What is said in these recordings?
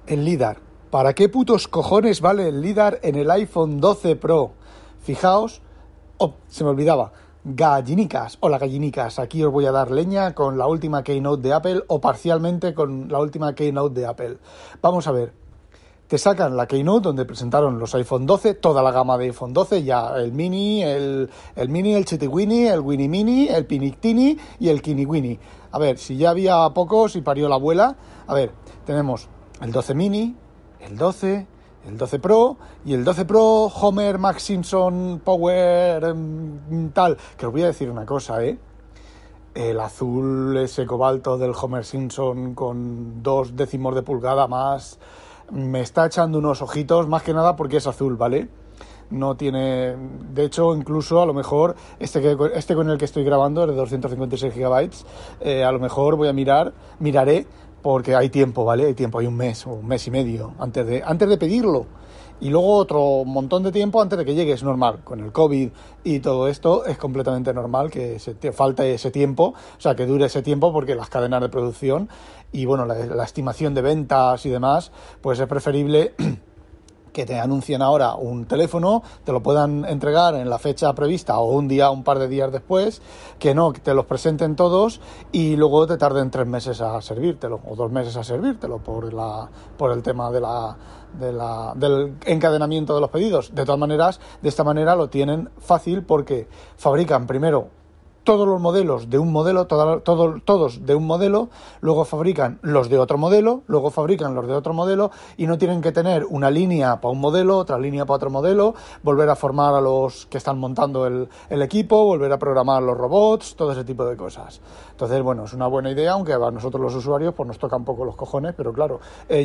El LiDAR. ¿Para qué putos cojones vale el LiDAR en el iPhone 12 Pro? Fijaos, se me olvidaba, gallinicas, hola gallinicas, aquí os voy a dar leña con la última Keynote de Apple o parcialmente con la última Keynote de Apple. Vamos a ver, te sacan la Keynote donde presentaron los iPhone 12, toda la gama de iPhone 12, ya el Mini, el Mini, el Chitiwini, el Winnie Mini, el Pinictini y el Kiniwini. A ver, si ya había pocos y parió la abuela, a ver, tenemos el 12 Mini, el 12, el 12 Pro y el 12 Pro Homer, Max Simpson, Power, tal. Que os voy a decir una cosa, el azul, ese cobalto del Homer Simpson con 2 décimos de pulgada más, me está echando unos ojitos, más que nada porque es azul, ¿vale? No tiene... De hecho, incluso a lo mejor este con el que estoy grabando, el de 256 GB, a lo mejor miraré, porque hay tiempo, ¿vale? Hay tiempo, hay un mes o un mes y medio antes de pedirlo. Y luego otro montón de tiempo antes de que llegue, es normal. Con el COVID y todo esto es completamente normal que falte ese tiempo, o sea, que dure ese tiempo porque las cadenas de producción y, bueno, la estimación de ventas y demás, pues es preferible que te anuncien ahora un teléfono, te lo puedan entregar en la fecha prevista o un par de días después, que no, que te los presenten todos y luego te tarden 3 meses a servírtelo o 2 meses a servírtelo por el tema del encadenamiento de los pedidos. De todas maneras, de esta manera lo tienen fácil porque fabrican primero todos los modelos de un modelo, todos de un modelo, luego fabrican los de otro modelo, luego fabrican los de otro modelo y no tienen que tener una línea para un modelo, otra línea para otro modelo, volver a formar a los que están montando el equipo, volver a programar los robots, todo ese tipo de cosas. Entonces, bueno, es una buena idea, aunque a nosotros los usuarios pues nos toca un poco los cojones, pero claro,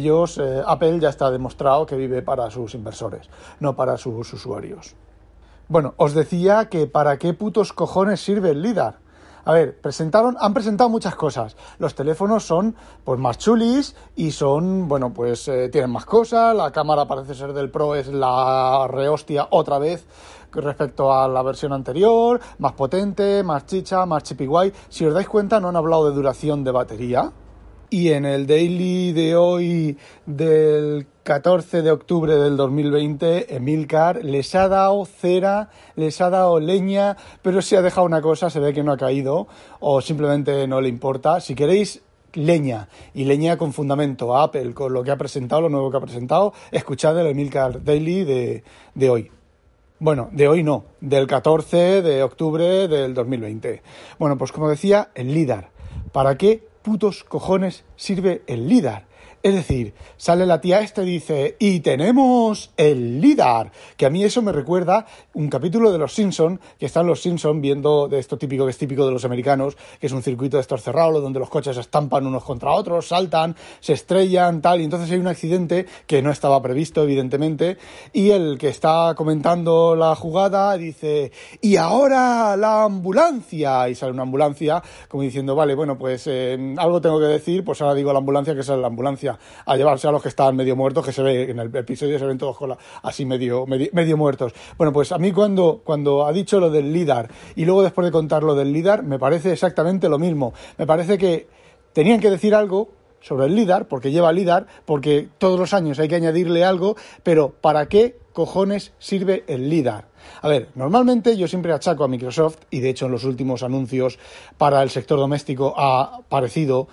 Apple ya está demostrado que vive para sus inversores, no para sus usuarios. Bueno, os decía que ¿para qué putos cojones sirve el LiDAR? A ver, han presentado muchas cosas. Los teléfonos son pues más chulis y son, bueno, pues tienen más cosas. La cámara parece ser del Pro, es la rehostia otra vez respecto a la versión anterior, más potente, más chicha, más chippy guay. Si os dais cuenta, no han hablado de duración de batería. Y en el daily de hoy, del 14 de octubre del 2020, Emilcar les ha dado cera, les ha dado leña, pero si ha dejado una cosa, se ve que no ha caído o simplemente no le importa. Si queréis leña, y leña con fundamento a Apple, con lo que ha presentado, lo nuevo que ha presentado, escuchad el Emilcar Daily de hoy. Bueno, de hoy no, del 14 de octubre del 2020. Bueno, pues como decía, el LiDAR. ¿Para qué putos cojones sirve el LiDAR? Es decir, sale la tía esta y dice, y tenemos el LiDAR, que a mí eso me recuerda un capítulo de Los Simpson, que están los Simpson viendo de esto típico que es típico de los americanos, que es un circuito de estos cerrados, donde los coches se estampan unos contra otros, saltan, se estrellan, tal, y entonces hay un accidente que no estaba previsto, evidentemente, y el que está comentando la jugada dice, y ahora la ambulancia, y sale una ambulancia, como diciendo, vale, bueno, pues algo tengo que decir, pues ahora digo la ambulancia, que sale la ambulancia a llevarse a los que están medio muertos, que se ve en el episodio, se ven todos así medio muertos. Bueno, pues a mí cuando ha dicho lo del LiDAR y luego después de contar lo del LiDAR, me parece exactamente lo mismo. Me parece que tenían que decir algo sobre el LiDAR, porque lleva LiDAR, porque todos los años hay que añadirle algo, pero ¿para qué cojones sirve el LiDAR? A ver, normalmente yo siempre achaco a Microsoft, y de hecho en los últimos anuncios para el sector doméstico ha aparecido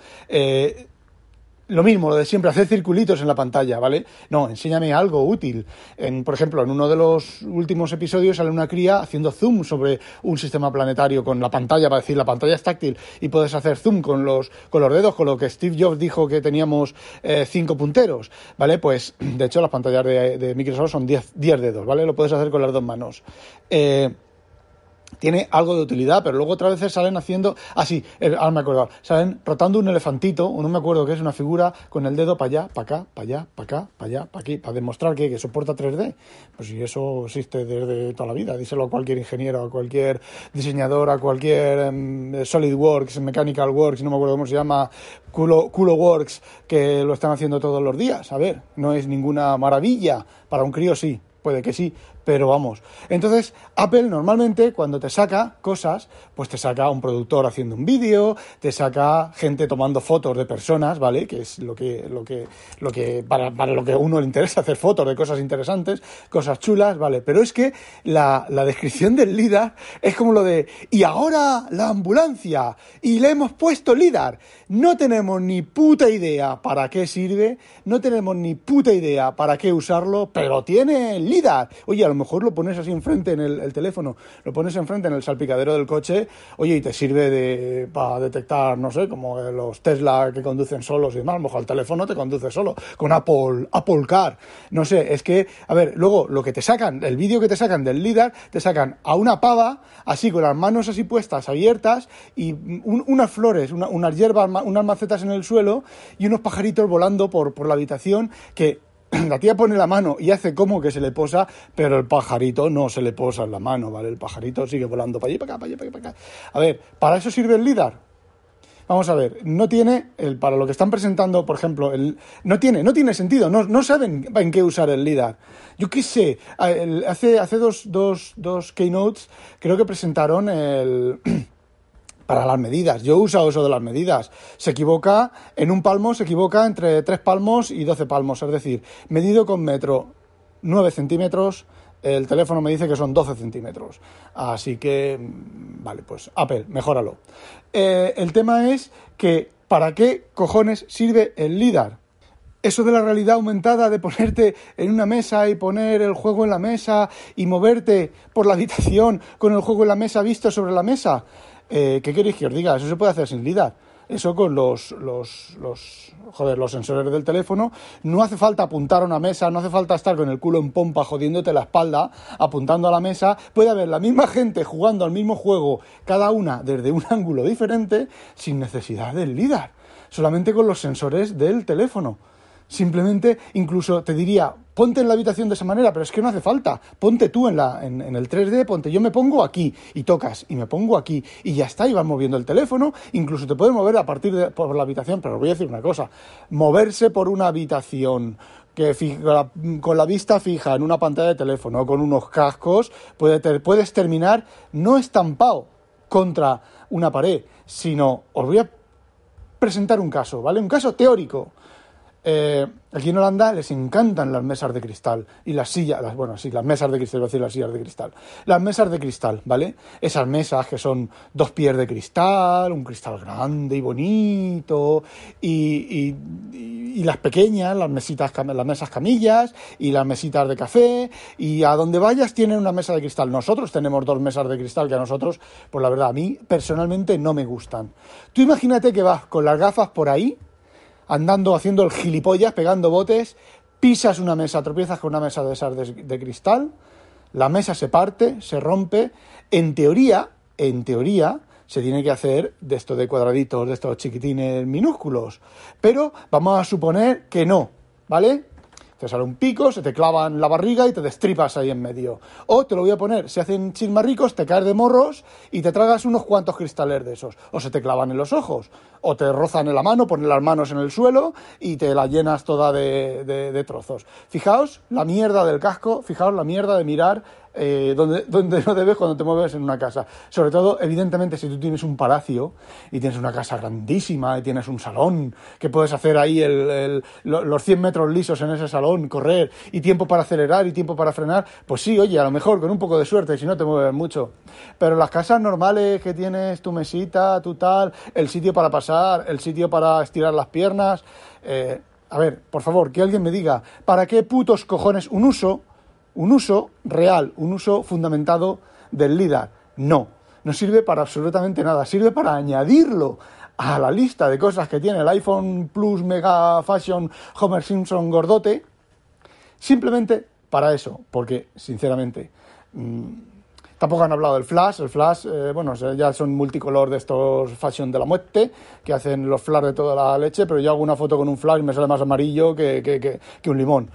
lo mismo, lo de siempre, hacer circulitos en la pantalla, ¿vale? No, enséñame algo útil. Por ejemplo, en uno de los últimos episodios sale una cría haciendo zoom sobre un sistema planetario con la pantalla, para decir, la pantalla es táctil y puedes hacer zoom con los dedos, con lo que Steve Jobs dijo que teníamos 5 punteros, ¿vale? Pues, de hecho, las pantallas de Microsoft son 10 dedos, ¿vale? Lo puedes hacer con las 2 manos. Tiene algo de utilidad, pero luego otras veces salen haciendo... ahora me he acordado. Salen rotando un elefantito, o no me acuerdo qué es, una figura con el dedo para allá, para acá, para allá, para acá, para allá, para aquí, para demostrar que soporta 3D. Pues si eso existe desde toda la vida, díselo a cualquier ingeniero, a cualquier diseñador, a cualquier SolidWorks, Mechanical Works, no me acuerdo cómo se llama, Culo Works, que lo están haciendo todos los días. A ver, no es ninguna maravilla. Para un crío sí, puede que sí, pero vamos. Entonces, Apple normalmente cuando te saca cosas, pues te saca un productor haciendo un vídeo, te saca gente tomando fotos de personas, ¿vale? Que es para lo que a uno le interesa, hacer fotos de cosas interesantes, cosas chulas, ¿vale? Pero es que la descripción del LiDAR es como lo de, y ahora la ambulancia, y le hemos puesto LiDAR. No tenemos ni puta idea para qué sirve, no tenemos ni puta idea para qué usarlo, pero tiene LiDAR. Oye, a lo mejor lo pones así enfrente en el teléfono, lo pones enfrente en el salpicadero del coche, oye, y te sirve para detectar, no sé, como los Tesla que conducen solos y demás, a lo mejor el teléfono te conduce solo, con Apple Car, no sé, es que, a ver, luego lo que te sacan, el vídeo que te sacan del LiDAR, te sacan a una pava, así con las manos así puestas, abiertas, y unas flores, unas hierbas, unas macetas en el suelo, y unos pajaritos volando por la habitación, que la tía pone la mano y hace como que se le posa, pero el pajarito no se le posa en la mano, ¿vale? El pajarito sigue volando para allí, para acá, para allá, para acá. A ver, ¿para eso sirve el LiDAR? Vamos a ver, no tiene, para lo que están presentando, por ejemplo, no tiene sentido, no saben en qué usar el LiDAR. Yo qué sé, hace dos keynotes creo que presentaron para las medidas. Yo he usado eso de las medidas. Se equivoca, en un palmo se equivoca entre 3 palmos y 12 palmos. Es decir, medido con metro 9 centímetros, el teléfono me dice que son 12 centímetros. Así que, vale, pues Apple, mejóralo. El tema es que, ¿para qué cojones sirve el LiDAR? Eso de la realidad aumentada, de ponerte en una mesa y poner el juego en la mesa y moverte por la habitación con el juego en la mesa visto sobre la mesa. ¿Qué queréis que os diga? Eso se puede hacer sin LiDAR. Eso con los sensores del teléfono. No hace falta apuntar a una mesa, no hace falta estar con el culo en pompa jodiéndote la espalda, apuntando a la mesa. Puede haber la misma gente jugando al mismo juego, cada una desde un ángulo diferente, sin necesidad del LiDAR. Solamente con los sensores del teléfono. Simplemente, incluso te diría, ponte en la habitación de esa manera, pero es que no hace falta. Ponte tú en el 3D, ponte, yo me pongo aquí, y tocas, y me pongo aquí, y ya está, y vas moviendo el teléfono. Incluso te puedes mover por la habitación, pero os voy a decir una cosa, moverse por una habitación con la vista fija en una pantalla de teléfono o con unos cascos, puedes terminar no estampado contra una pared, sino, os voy a presentar un caso, ¿vale? Un caso teórico. Aquí en Holanda les encantan las mesas de cristal y las sillas, las mesas de cristal, iba a decir las sillas de cristal. Las mesas de cristal, ¿vale? Esas mesas que son 2 pies de cristal, un cristal grande y bonito, y las pequeñas, las mesas camillas y las mesitas de café, y a donde vayas tienen una mesa de cristal. Nosotros tenemos 2 mesas de cristal que a nosotros, pues la verdad, a mí personalmente no me gustan. Tú imagínate que vas con las gafas por ahí, andando, haciendo el gilipollas, pegando botes, pisas una mesa, tropiezas con una mesa de esas de cristal, la mesa se parte, se rompe. En teoría, se tiene que hacer de esto de cuadraditos, de estos chiquitines minúsculos. Pero vamos a suponer que no, ¿vale? Te sale un pico, se te clava en la barriga y te destripas ahí en medio. O te lo voy a poner, se hacen chismarricos, te caes de morros y te tragas unos cuantos cristales de esos. O se te clavan en los ojos, o te rozan en la mano, pones las manos en el suelo y te la llenas toda de trozos. Fijaos la mierda del casco, fijaos la mierda de mirar donde no debes cuando te mueves en una casa. Sobre todo, evidentemente, si tú tienes un palacio y tienes una casa grandísima y tienes un salón, que puedes hacer ahí los 100 metros lisos en ese salón, correr, y tiempo para acelerar y tiempo para frenar, pues sí, oye, a lo mejor con un poco de suerte, si no te mueves mucho. Pero las casas normales que tienes tu mesita, tu tal, el sitio para pasar, el sitio para estirar las piernas, a ver, por favor, que alguien me diga, ¿para qué putos cojones un uso real, un uso fundamentado del LiDAR? No sirve para absolutamente nada, sirve para añadirlo a la lista de cosas que tiene el iPhone Plus Mega Fashion Homer Simpson gordote, simplemente para eso, porque sinceramente tampoco han hablado del flash. El flash, ya son multicolor de estos fashion de la muerte, que hacen los flash de toda la leche, pero yo hago una foto con un flash y me sale más amarillo que un limón.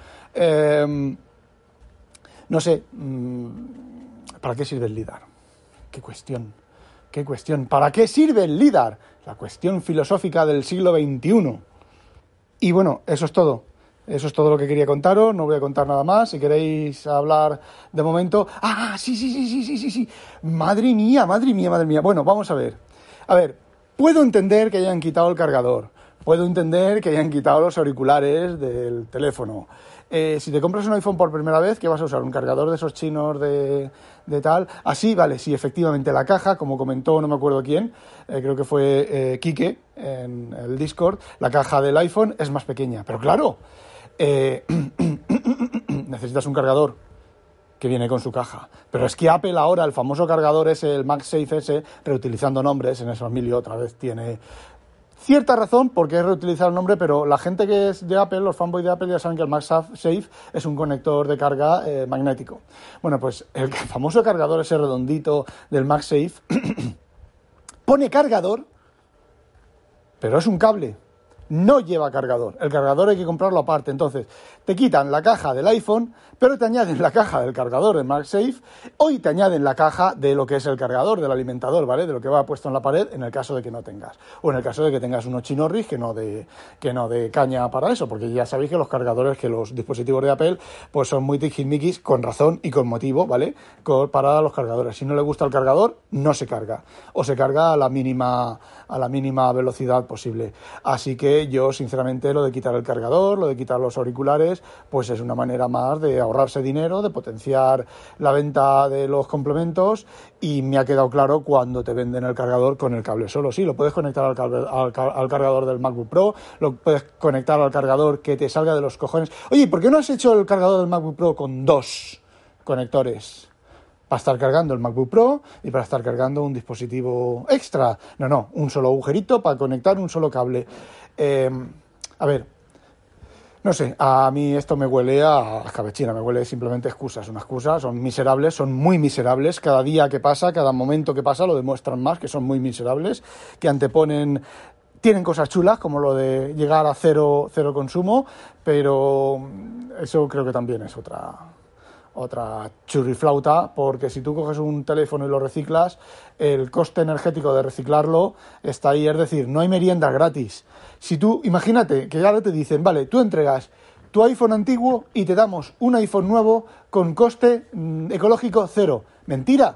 No sé, ¿para qué sirve el LiDAR? ¿Qué cuestión? ¿Para qué sirve el LiDAR? La cuestión filosófica del siglo XXI. Y bueno, eso es todo. Eso es todo lo que quería contaros, no voy a contar nada más. Si queréis hablar de momento... ¡Ah, sí! Madre mía. Bueno, vamos a ver. A ver, puedo entender que hayan quitado el cargador. Puedo entender que hayan quitado los auriculares del teléfono. Si te compras un iPhone por primera vez, ¿qué vas a usar? ¿Un cargador de esos chinos de tal? Así, vale, sí, efectivamente la caja, como comentó no me acuerdo quién, creo que fue Quique en el Discord, la caja del iPhone es más pequeña. Pero claro, necesitas un cargador que viene con su caja. Pero es que Apple ahora, el famoso cargador ese, el MagSafe ese, reutilizando nombres, en eso Emilio otra vez tiene cierta razón porque es reutilizar el nombre, pero la gente que es de Apple, los fanboys de Apple, ya saben que el MagSafe es un conector de carga magnético. Bueno, pues el famoso cargador ese redondito del MagSafe pone cargador, pero es un cable. No lleva cargador. El cargador hay que comprarlo aparte. Entonces, te quitan la caja del iPhone, pero te añaden la caja del cargador de MagSafe, hoy te añaden la caja de lo que es el cargador, del alimentador, ¿vale? De lo que va puesto en la pared en el caso de que no tengas. O en el caso de que tengas unos chinorris que no de caña para eso, porque ya sabéis que los cargadores, que los dispositivos de Apple, pues son muy tiquismiquis, con razón y con motivo, ¿vale? Para los cargadores. Si no le gusta el cargador, no se carga. O se carga a la mínima velocidad posible. Así que yo, sinceramente, lo de quitar el cargador, lo de quitar los auriculares, pues es una manera más de ahorrarse dinero, de potenciar la venta de los complementos, y me ha quedado claro cuando te venden el cargador con el cable solo. Sí, lo puedes conectar al cargador del MacBook Pro, lo puedes conectar al cargador que te salga de los cojones. Oye, ¿por qué no has hecho el cargador del MacBook Pro con 2 conectores? Para estar cargando el MacBook Pro y para estar cargando un dispositivo extra. No, un solo agujerito para conectar un solo cable. A ver, no sé, a mí esto me huele a escabechina, me huele simplemente excusas. Una excusa, son miserables, son muy miserables. Cada día que pasa, cada momento que pasa lo demuestran más, que son muy miserables, que anteponen... Tienen cosas chulas, como lo de llegar a cero consumo, pero eso creo que también es otra churriflauta, porque si tú coges un teléfono y lo reciclas, el coste energético de reciclarlo está ahí, es decir, no hay merienda gratis. Si tú, imagínate que ya te dicen, vale, tú entregas tu iPhone antiguo y te damos un iPhone nuevo con coste ecológico cero. Mentira,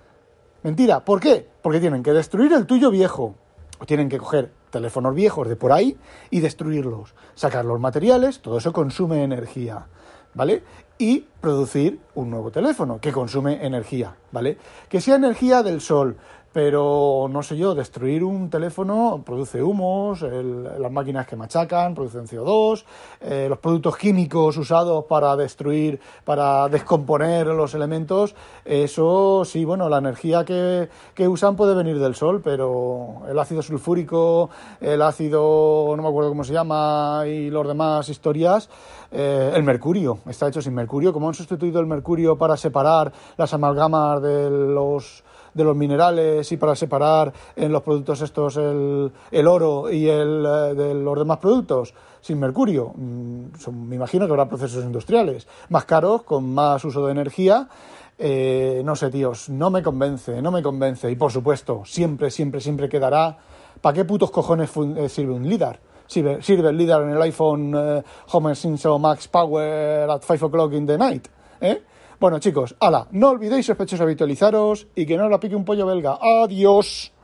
¿por qué? Porque tienen que destruir el tuyo viejo, o tienen que coger teléfonos viejos de por ahí y destruirlos, sacar los materiales, todo eso consume energía, ¿vale? Y producir un nuevo teléfono que consume energía, ¿vale? Que sea energía del sol, pero no sé yo, destruir un teléfono produce humos, las máquinas que machacan producen CO2, los productos químicos usados para destruir, para descomponer los elementos, eso sí, bueno, la energía que usan puede venir del sol, pero el ácido sulfúrico, el ácido, no me acuerdo cómo se llama, y los demás historias, el mercurio, está hecho sin mercurio. ¿Cómo han sustituido el mercurio para separar las amalgamas de los minerales y para separar en los productos estos el oro y de los demás productos? Sin mercurio. Me imagino que habrá procesos industriales más caros, con más uso de energía. No sé, tíos, no me convence. Y por supuesto, siempre quedará, ¿para qué putos cojones sirve un LiDAR? Sirve el LiDAR en el iPhone Homer Simpson Max Power at 5 o'clock in the night, ¿eh? Bueno, chicos, no olvidéis, sospechosos, habitualizaros y que no la pique un pollo belga. ¡Adiós!